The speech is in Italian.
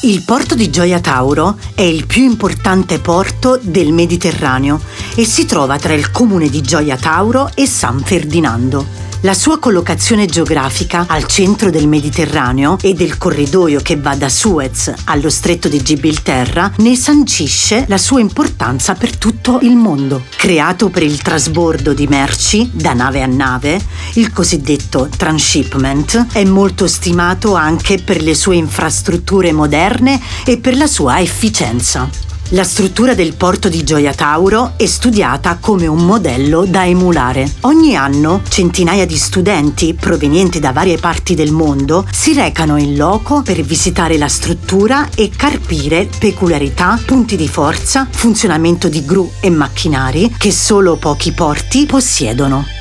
Il porto di Gioia Tauro è il più importante porto del Mediterraneo e si trova tra il comune di Gioia Tauro e San Ferdinando. La sua collocazione geografica al centro del Mediterraneo e del corridoio che va da Suez allo stretto di Gibilterra ne sancisce la sua importanza per tutto il mondo. Creato per il trasbordo di merci da nave a nave, il cosiddetto transshipment è molto stimato anche per le sue infrastrutture moderne e per la sua efficienza. La struttura del porto di Gioia Tauro è studiata come un modello da emulare. Ogni anno centinaia di studenti provenienti da varie parti del mondo si recano in loco per visitare la struttura e carpire peculiarità, punti di forza, funzionamento di gru e macchinari che solo pochi porti possiedono.